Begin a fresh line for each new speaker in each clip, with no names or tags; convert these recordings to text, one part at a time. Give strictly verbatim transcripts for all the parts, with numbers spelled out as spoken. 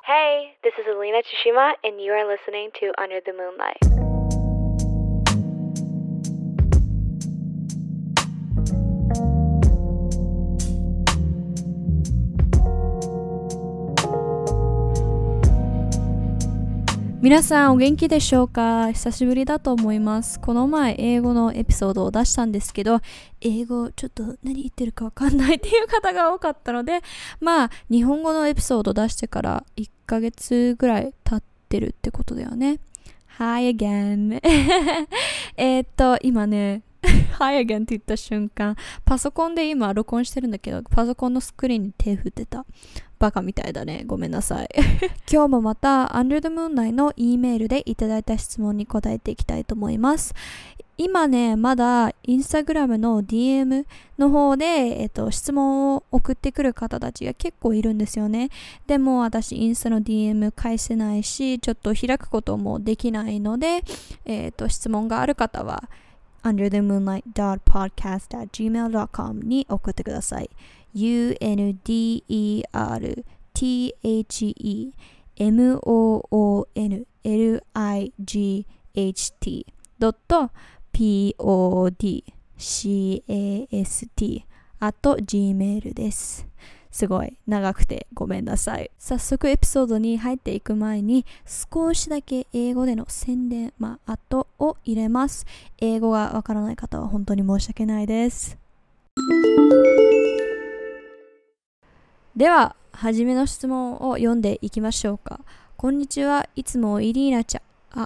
Hey, this is Alina Tsushima, and you are listening to Under the Moonlight.
皆さんお元気でしょうか？久しぶりだと思います。この前英語のエピソードを出したんですけど、英語ちょっと何言ってるかわかんないっていう方が多かったので、まあ日本語のエピソード出してからいっかげつぐらい経ってるってことだよね。Hi again えっと今ねHi again って言った瞬間、パソコンで今録音してるんだけど、パソコンのスクリーンに手振ってた。バカみたいだね。ごめんなさい。今日もまた Under the Moonlight の E メールでいただいた質問に答えていきたいと思います。今ね、まだ Instagram の ディーエム の方で、えっと、質問を送ってくる方たちが結構いるんですよね。でも私インスタの ディーエム 返せないし、ちょっと開くこともできないので、えっと、質問がある方はunder the moonlight dot podcast at gmail dot com に送ってください。ユーエヌディーイーアールティーエイチイーエムオーオーエヌエルアイジーエイチティードットピーオーディーシーエーエスティー at gmail です。すごい長くてごめんなさい。早速エピソードに入っていく前に少しだけ英語での宣伝、まあ、後を入れます。英語がわからない方は本当に申し訳ないです。では、はじめの質問を読んでいきましょうか。こんにちは、いつもイリーナちゃん。あ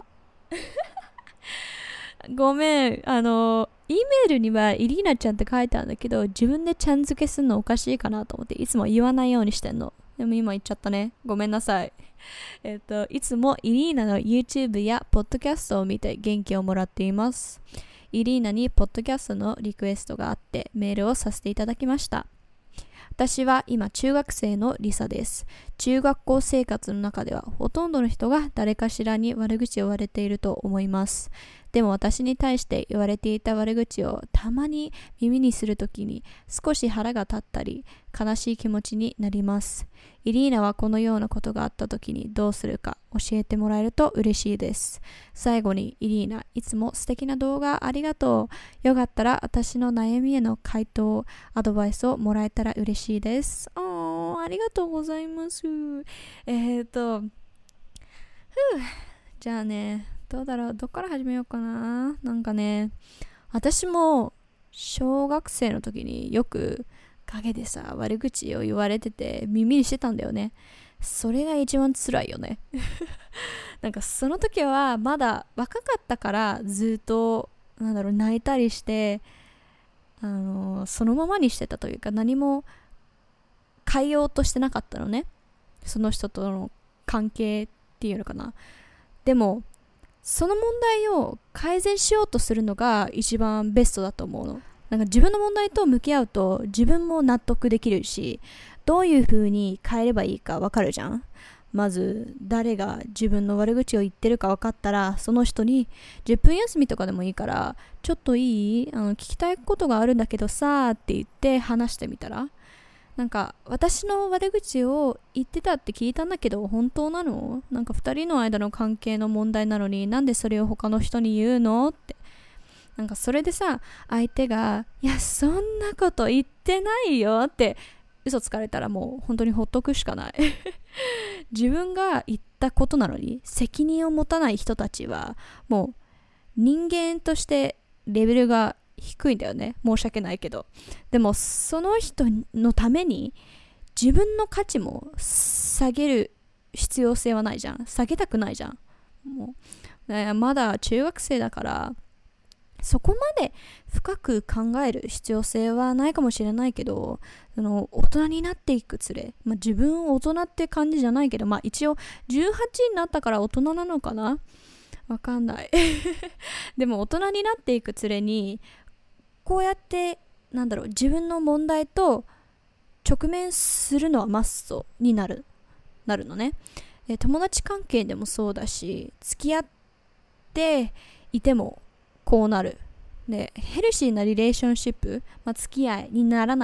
ごめん、あの、E メールにはイリーナちゃんって書いてあるんだけど、自分でちゃん付けするのおかしいかなと思って、いつも言わないようにしてんの。でも今言っちゃったね。ごめんなさい。えっと、いつもイリーナの YouTube や Podcast を見て元気をもらっています。イリーナに Podcast のリクエストがあってメールをさせていただきました。私は今中学生のリサです。中学校生活の中ではほとんどの人が誰かしらに悪口を言われていると思います。でも私に対して言われていた悪口をたまに耳にするときに少し腹が立ったり悲しい気持ちになります。イリーナはこのようなことがあったときにどうするか教えてもらえると嬉しいです。最後にイリーナ、いつも素敵な動画ありがとう。よかったら私の悩みへの回答、アドバイスをもらえたら嬉しいです。あー、ありがとうございます。えーと、ふうじゃあね、どうだろう、どっから始めようかな。なんかね、私も小学生の時によく陰でさ悪口を言われてて耳にしてたんだよね。それが一番辛いよね。なんかその時はまだ若かったからずっとなんだろう泣いたりして、あのー、そのままにしてたというか何も変えようとしてなかったのね。その人との関係っていうのかな。でもその問題を改善しようとするのが一番ベストだと思うの。なんか自分の問題と向き合うと自分も納得できるし、どういう風に変えればいいか分かるじゃん。まず誰が自分の悪口を言ってるか分かったら、その人にじゅっぷん休みとかでもいいからちょっといい？あの聞きたいことがあるんだけどさって言って話してみたら、なんか私の悪口を言ってたって聞いたんだけど本当なの？なんか二人の間の関係の問題なのになんでそれを他の人に言うのって、なんかそれでさ相手がいやそんなこと言ってないよって嘘つかれたらもう本当にほっとくしかない。自分が言ったことなのに責任を持たない人たちはもう人間としてレベルが低いんだよね。申し訳ないけど。でもその人のために自分の価値も下げる必要性はないじゃん。下げたくないじゃん。もう、ね、まだ中学生だからそこまで深く考える必要性はないかもしれないけど、あの大人になっていくつれ、まあ、自分大人って感じじゃないけど、まあ一応じゅうはちになったから大人なのかな、わかんないでも大人になっていくつれにこうやってなんだろう自分の問題と直面するのはマストになるなるのね。え友達関係でもそうだし、付き合っていてもこうなる。でヘルシーなリレーションシップ、まあ、付き合いにならない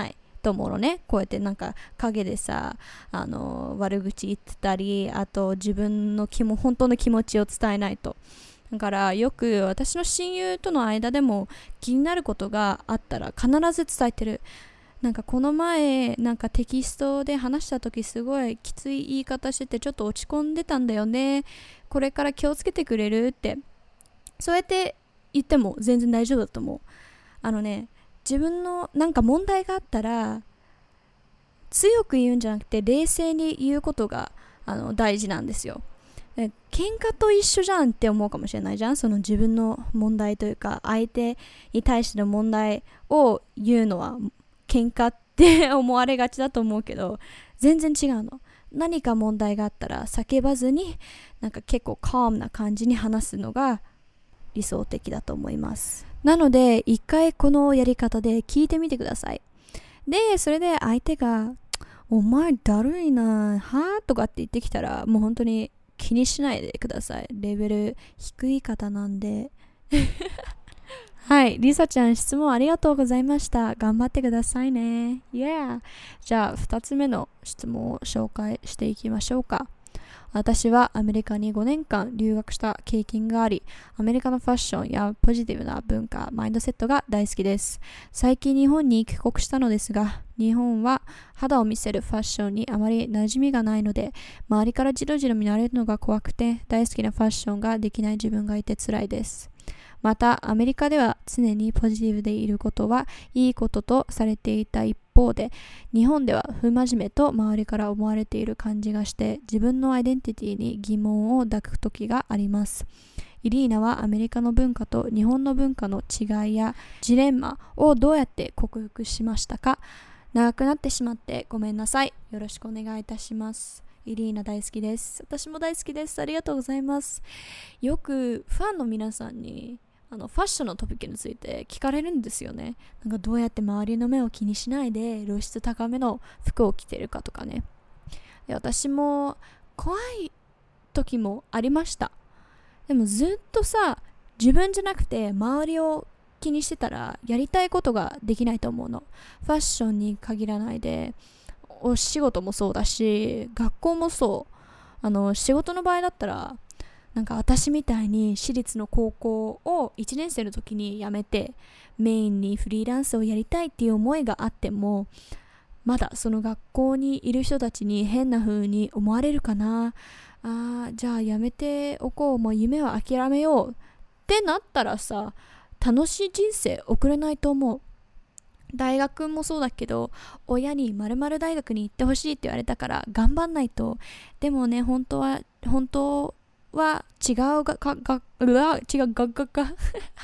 と思うのね。こうやってなんか陰でさ、あの悪口言ってたり、あと自分の気も本当の気持ちを伝えないと。だからよく私の親友との間でも気になることがあったら必ず伝えてる。なんかこの前なんかテキストで話した時すごいきつい言い方しててちょっと落ち込んでたんだよね。これから気をつけてくれるって、そうやって言っても全然大丈夫だと思う。あのね、自分のなんか問題があったら強く言うんじゃなくて冷静に言うことがあの大事なんですよ。喧嘩と一緒じゃんって思うかもしれないじゃん。その自分の問題というか相手に対しての問題を言うのは喧嘩って思われがちだと思うけど、全然違うの。何か問題があったら叫ばずになんか結構カームな感じに話すのが理想的だと思います。なので一回このやり方で聞いてみてください。でそれで相手がお前だるいなはとかって言ってきたらもう本当に気にしないでください。レベル低い方なんではい、リサちゃん質問ありがとうございました。頑張ってくださいね。Yeah! じゃあふたつめの質問を紹介していきましょうか。私はアメリカにごねんかん留学した経験があり、アメリカのファッションやポジティブな文化、マインドセットが大好きです。最近日本に帰国したのですが、日本は肌を見せるファッションにあまり馴染みがないので、周りからジロジロ見られるのが怖くて、大好きなファッションができない自分がいて辛いです。また、アメリカでは常にポジティブでいることはいいこととされていた一方で、日本では不真面目と周りから思われている感じがして、自分のアイデンティティに疑問を抱く時があります。イリーナはアメリカの文化と日本の文化の違いやジレンマをどうやって克服しましたか？長くなってしまってごめんなさい。よろしくお願いいたします。イリーナ大好きです。私も大好きです。ありがとうございます。よくファンの皆さんにあのファッションのトピックについて聞かれるんですよね。なんかどうやって周りの目を気にしないで露出高めの服を着てるかとかね。で、私も怖い時もありました。でもずっとさ、自分じゃなくて周りを気にしてたらやりたいことができないと思うの。ファッションに限らないで、お仕事もそうだし、学校もそう。あの仕事の場合だったらなんか私みたいに私立の高校をいちねん生の時に辞めてメインにフリーランスをやりたいっていう思いがあっても、まだその学校にいる人たちに変な風に思われるかな、あーじゃあやめておこう、もう夢は諦めようってなったらさ、楽しい人生送れないと思う。大学もそうだけど、親に〇〇大学に行ってほしいって言われたから頑張んないと。でもね、本当は本当は違うがかがうわ違う学科か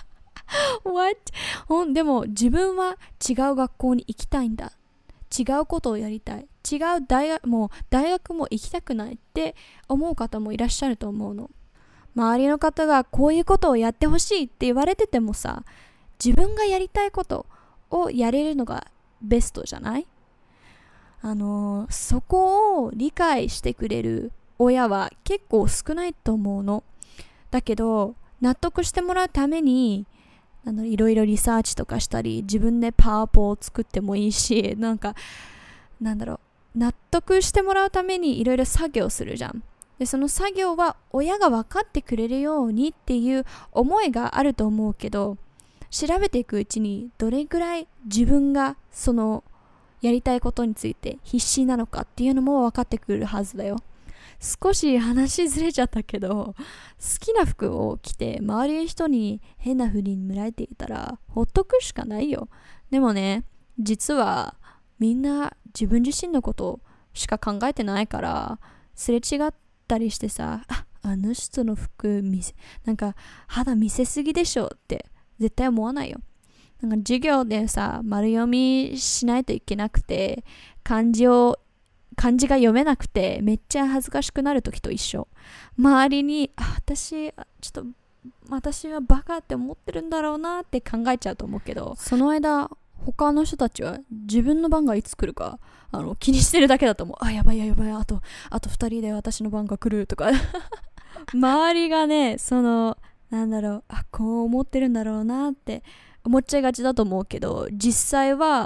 What? ほんでも自分は違う学校に行きたいんだ、違うことをやりたい、違う大学もう大学も行きたくないって思う方もいらっしゃると思うの。周りの方がこういうことをやってほしいって言われててもさ、自分がやりたいことをやれるのがベストじゃない？あのー、そこを理解してくれる親は結構少ないと思うの。だけど納得してもらうためにあのいろいろリサーチとかしたり、自分でパワポを作ってもいいし、なんかなんだろう、納得してもらうためにいろいろ作業するじゃん。でその作業は親が分かってくれるようにっていう思いがあると思うけど、調べていくうちにどれぐらい自分がそのやりたいことについて必死なのかっていうのも分かってくるはずだよ。少し話ずれちゃったけど、好きな服を着て周りの人に変な風に見られていたらほっとくしかないよ。でもね、実はみんな自分自身のことしか考えてないから、すれ違ったりしてさ、あ、あの人の服見せなんか肌見せすぎでしょって絶対思わないよ。なんか授業でさ、丸読みしないといけなくて、漢字を漢字が読めなくてめっちゃ恥ずかしくなる時と一緒。周りにあ私ちょっと私はバカって思ってるんだろうなって考えちゃうと思うけど、その間他の人たちは自分の番がいつ来るかあの気にしてるだけだと思う。あ、やばいややばい、あとあとふたりで私の番が来るとか周りがね、そのなんだろう、あこう思ってるんだろうなって思っちゃいがちだと思うけど、実際は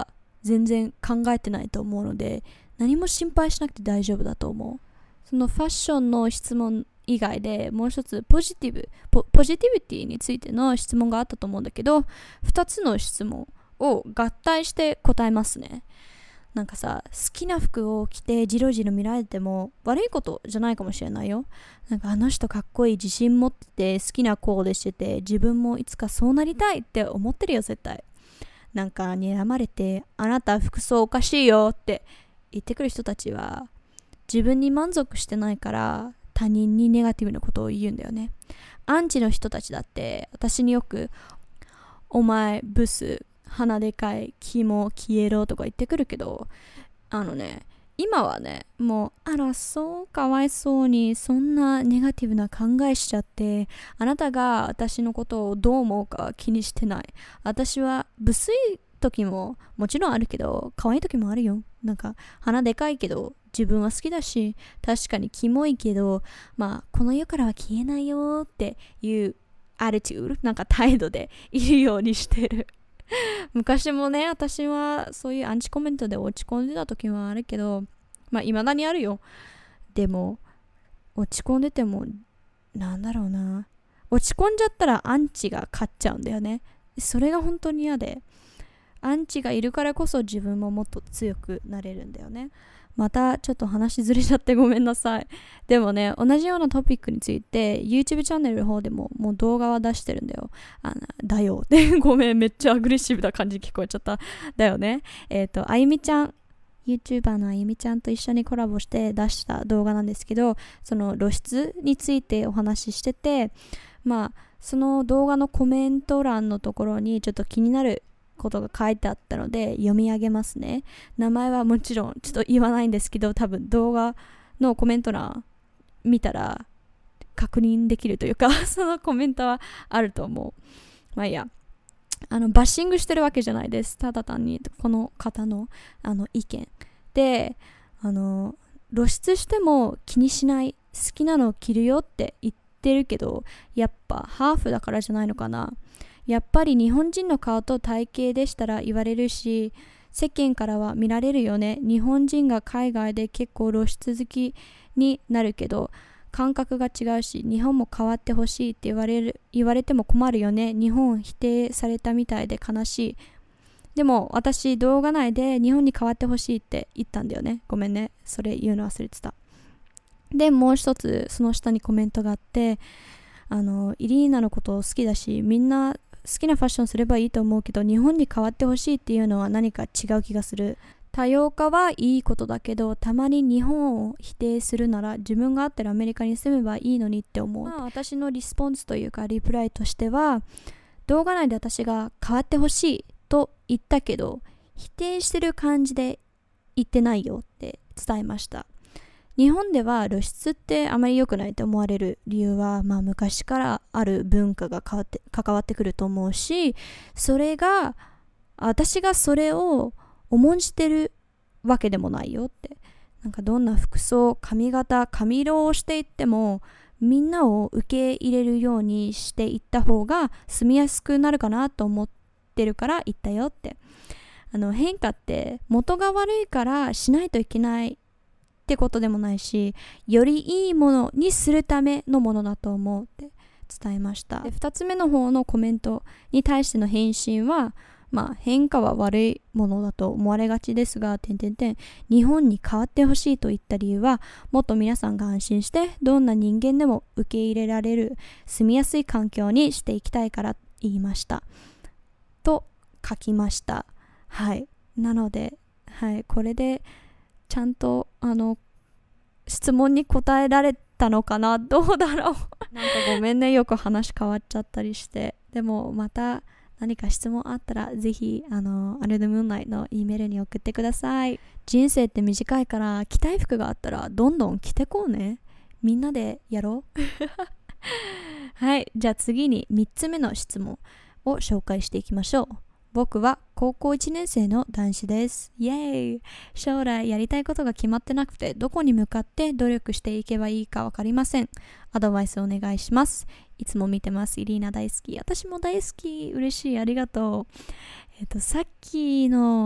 全然考えてないと思うので、何も心配しなくて大丈夫だと思う。そのファッションの質問以外でもう一つポジティブポ、ポジティビティについての質問があったと思うんだけど、二つの質問を合体して答えますね。なんかさ、好きな服を着てジロジロ見られても悪いことじゃないかもしれないよ。なんかあの人かっこいい、自信持ってて好きなコーデしてて、自分もいつかそうなりたいって思ってるよ絶対。なんか睨まれて、あなた服装おかしいよって言ってくる人たちは自分に満足してないから他人にネガティブなことを言うんだよね。アンチの人たちだって私によくお前ブス、鼻でかい、キモ、消えろとか言ってくるけど、あのね、今はね、もうあらそうかわいそうにそんなネガティブな考えしちゃって、あなたが私のことをどう思うか気にしてない。私はブスい時ももちろんあるけど、可愛い時もあるよ。なんか鼻でかいけど自分は好きだし、確かにキモいけど、まあこの世からは消えないよっていうアティチュード、なんか態度でいるようにしてる。昔もね、私はそういうアンチコメントで落ち込んでた時はあるけど、まあ未だにあるよ。でも落ち込んでても、なんだろうな、落ち込んじゃったらアンチが勝っちゃうんだよね。それが本当に嫌で、アンチがいるからこそ自分ももっと強くなれるんだよね。またちょっと話ずれちゃってごめんなさい。でもね、同じようなトピックについて YouTube チャンネルの方でももう動画は出してるんだよ。あのだよでごめん、めっちゃアグレッシブな感じ聞こえちゃった。だよね。えっ、ー、とあゆみちゃん、 YouTuber のあゆみちゃんと一緒にコラボして出した動画なんですけど、その露出についてお話ししてて、まあその動画のコメント欄のところにちょっと気になることが書いてあったので読み上げますね。名前はもちろんちょっと言わないんですけど、多分動画のコメント欄見たら確認できるというかそのコメントはあると思う。まあいいや、あのバッシングしてるわけじゃないです。ただ単にこの方のあの意見で、あの露出しても気にしない、好きなのを着るよって言ってるけど、やっぱハーフだからじゃないのかな。やっぱり日本人の顔と体型でしたら言われるし、世間からは見られるよね。日本人が海外で結構露出好きになるけど感覚が違うし、日本も変わってほしいって言われる言われても困るよね。日本否定されたみたいで悲しい。でも私動画内で日本に変わってほしいって言ったんだよね。ごめんね、それ言うの忘れてた。でもう一つその下にコメントがあって、あのイリーナのことを好きだし、みんな好きなファッションすればいいと思うけど、日本に変わってほしいっていうのは何か違う気がする。多様化はいいことだけど、たまに日本を否定するなら自分が合ってるアメリカに住めばいいのにって思う。まあ、私のリスポンスというかリプライとしては、動画内で私が変わってほしいと言ったけど否定してる感じで言ってないよって伝えました。日本では露出ってあまり良くないと思われる理由は、まあ昔からある文化が変わって関わってくると思うし、それが私がそれを重んじてるわけでもないよって。なんかどんな服装、髪型、髪色をしていってもみんなを受け入れるようにしていった方が住みやすくなるかなと思ってるから言ったよって。あの変化って元が悪いからしないといけないってことでもないし、よりいいものにするためのものだと思うって伝えました。で、ふたつめの方のコメントに対しての返信は、まあ変化は悪いものだと思われがちですが、点々点日本に変わってほしいといった理由は、もっと皆さんが安心してどんな人間でも受け入れられる住みやすい環境にしていきたいから言いましたと書きました。はい。なので、はい、これでちゃんとあの質問に答えられたのかな、どうだろうなんかごめんね、よく話変わっちゃったりして。でもまた何か質問あったらぜひあのアルドムーンライトの E メールに送ってください。人生って短いから着たい服があったらどんどん着てこうね。みんなでやろうはい、じゃあ次にみっつめの質問を紹介していきましょう。僕は高校いちねん生の男子です。イエーイ。将来やりたいことが決まってなくて、どこに向かって努力していけばいいかわかりません。アドバイスお願いします。いつも見てます。イリーナ大好き。私も大好き。嬉しい。ありがとう。えっと、さっきの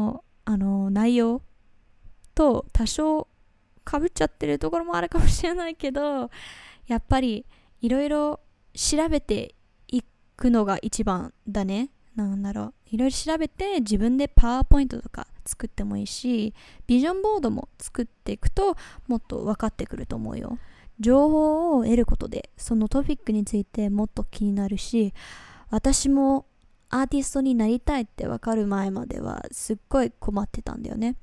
あの内容と多少かぶっちゃってるところもあるかもしれないけど、やっぱりいろいろ調べていくのが一番だね。なんだろう、いろいろ調べて自分でパワーポイントとか作ってもいいし、ビジョンボードも作っていくともっと分かってくると思うよ。情報を得ることでそのトピックについてもっと気になるし、私もアーティストになりたいって分かる前まではすっごい困ってたんだよね。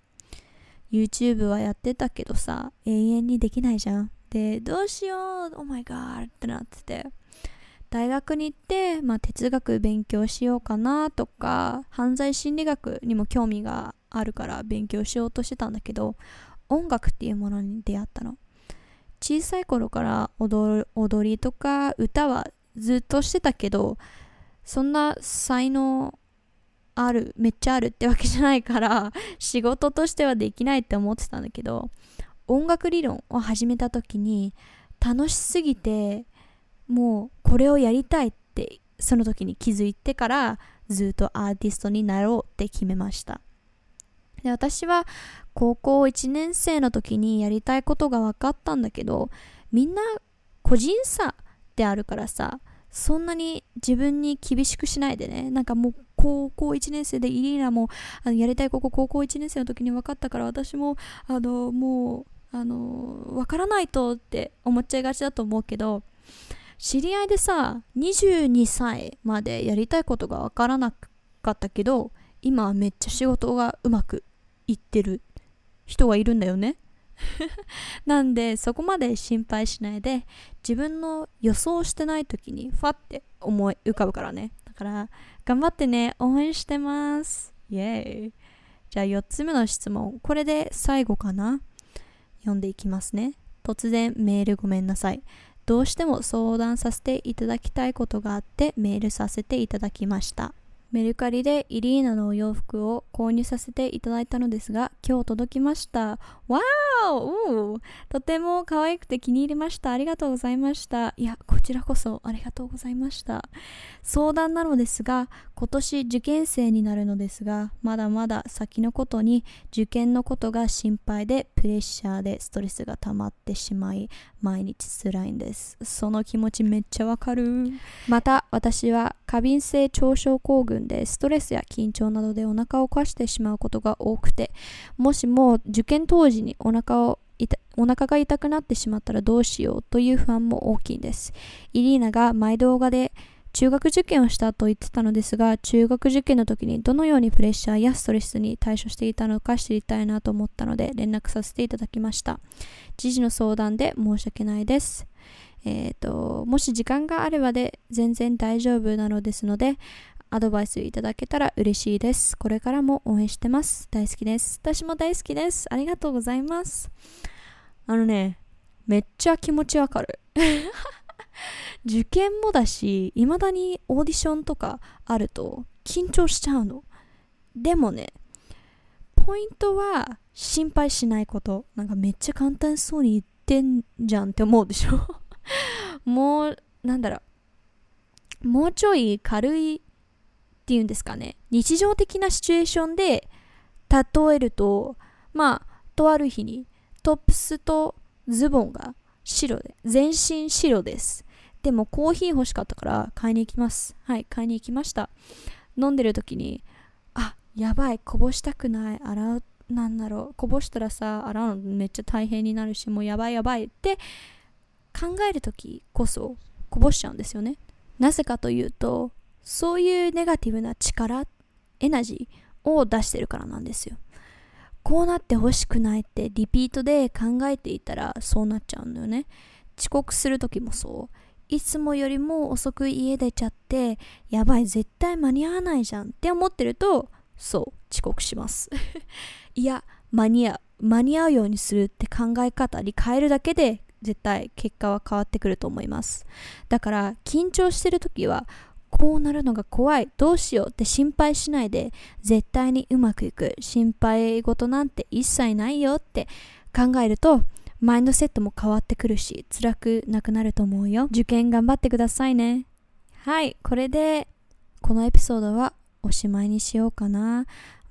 YouTube はやってたけどさ、永遠にできないじゃん。で、どうしよう、 Oh my god ってなってて、大学に行って、まあ、哲学勉強しようかなとか、犯罪心理学にも興味があるから勉強しようとしてたんだけど、音楽っていうものに出会ったの。小さい頃から踊る、踊りとか歌はずっとしてたけど、そんな才能ある、めっちゃあるってわけじゃないから仕事としてはできないって思ってたんだけど、音楽理論を始めた時に楽しすぎて、もうこれをやりたいってその時に気づいてから、ずっとアーティストになろうって決めました。で、私は高校いちねん生の時にやりたいことが分かったんだけど、みんな個人差ってあるからさ、そんなに自分に厳しくしないでね。なんかもう高校いちねん生でイリーナもあのやりたいこと高校いちねん生の時に分かったから、私もあのもうあの分からないとって思っちゃいがちだと思うけど、知り合いでさ、にじゅうにさいまでやりたいことが分からなかったけど、今はめっちゃ仕事がうまくいってる人がいるんだよね。なんでそこまで心配しないで、自分の予想してない時にファって思い浮かぶからね。だから頑張ってね、応援してます。イエーイ。じゃあよっつめの質問、これで最後かな。読んでいきますね。突然メールごめんなさい。どうしても相談させていただきたいことがあってメールさせていただきました。メルカリでイリーナのお洋服を購入させていただいたのですが、今日届きました。わーお、とても可愛くて気に入りました。ありがとうございました。いや、こちらこそありがとうございました。相談なのですが、今年受験生になるのですが、まだまだ先のことに受験のことが心配で、プレッシャーでストレスが溜まってしまい、毎日辛いんです。その気持ちめっちゃわかる。また私は過敏性腸症候群でストレスや緊張などでお腹を壊してしまうことが多くて、もしも受験当時にお腹をお腹が痛くなってしまったらどうしようという不安も大きいんです。イリーナが前動画で中学受験をしたと言ってたのですが、中学受験の時にどのようにプレッシャーやストレスに対処していたのか知りたいなと思ったので連絡させていただきました。時事の相談で申し訳ないです。えーと、もし時間があればで全然大丈夫なのですので、アドバイスいただけたら嬉しいです。これからも応援してます。大好きです。私も大好きです。ありがとうございます。あのね、めっちゃ気持ちわかる。受験もだし、未だにオーディションとかあると緊張しちゃうの。でもね、ポイントは心配しないこと。なんかめっちゃ簡単そうに言ってんじゃんって思うでしょ。もうなんだろう、もうちょい軽いっていうんですかね、日常的なシチュエーションで例えると、まあとある日にトップスとズボンが白で、全身白です。でもコーヒー欲しかったから買いに行きます。はい、買いに行きました。飲んでる時に、あ、やばい、こぼしたくない、洗う、なんだろう、こぼしたらさ、洗うのめっちゃ大変になるし、もうやばいやばいって考える時こそこぼしちゃうんですよね。なぜかというと、そういうネガティブな力、エナジーを出してるからなんですよ。こうなってほしくないってリピートで考えていたらそうなっちゃうんだよね。遅刻する時もそう。いつもよりも遅く家出ちゃって、やばい、絶対間に合わないじゃんって思ってると、そう遅刻します。いや、間に合う間に合うようにするって考え方に変えるだけで絶対結果は変わってくると思います。だから緊張してる時は、こうなるのが怖い、どうしようって心配しないで、絶対にうまくいく、心配事なんて一切ないよって考えると、マインドセットも変わってくるし、辛くなくなると思うよ。受験頑張ってくださいね。はい、これでこのエピソードはおしまいにしようかな。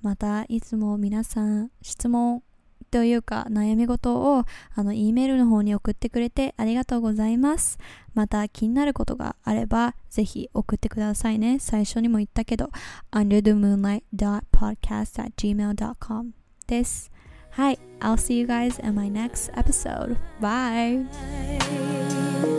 またいつも皆さん質問というか悩み事をあの E メールの方に送ってくれてありがとうございます。また気になることがあればぜひ送ってくださいね。最初にも言ったけど アンダーザムーンライトドットポッドキャストアットジーメールドットコム です。はい、I'll see you guys in my next episode. Bye!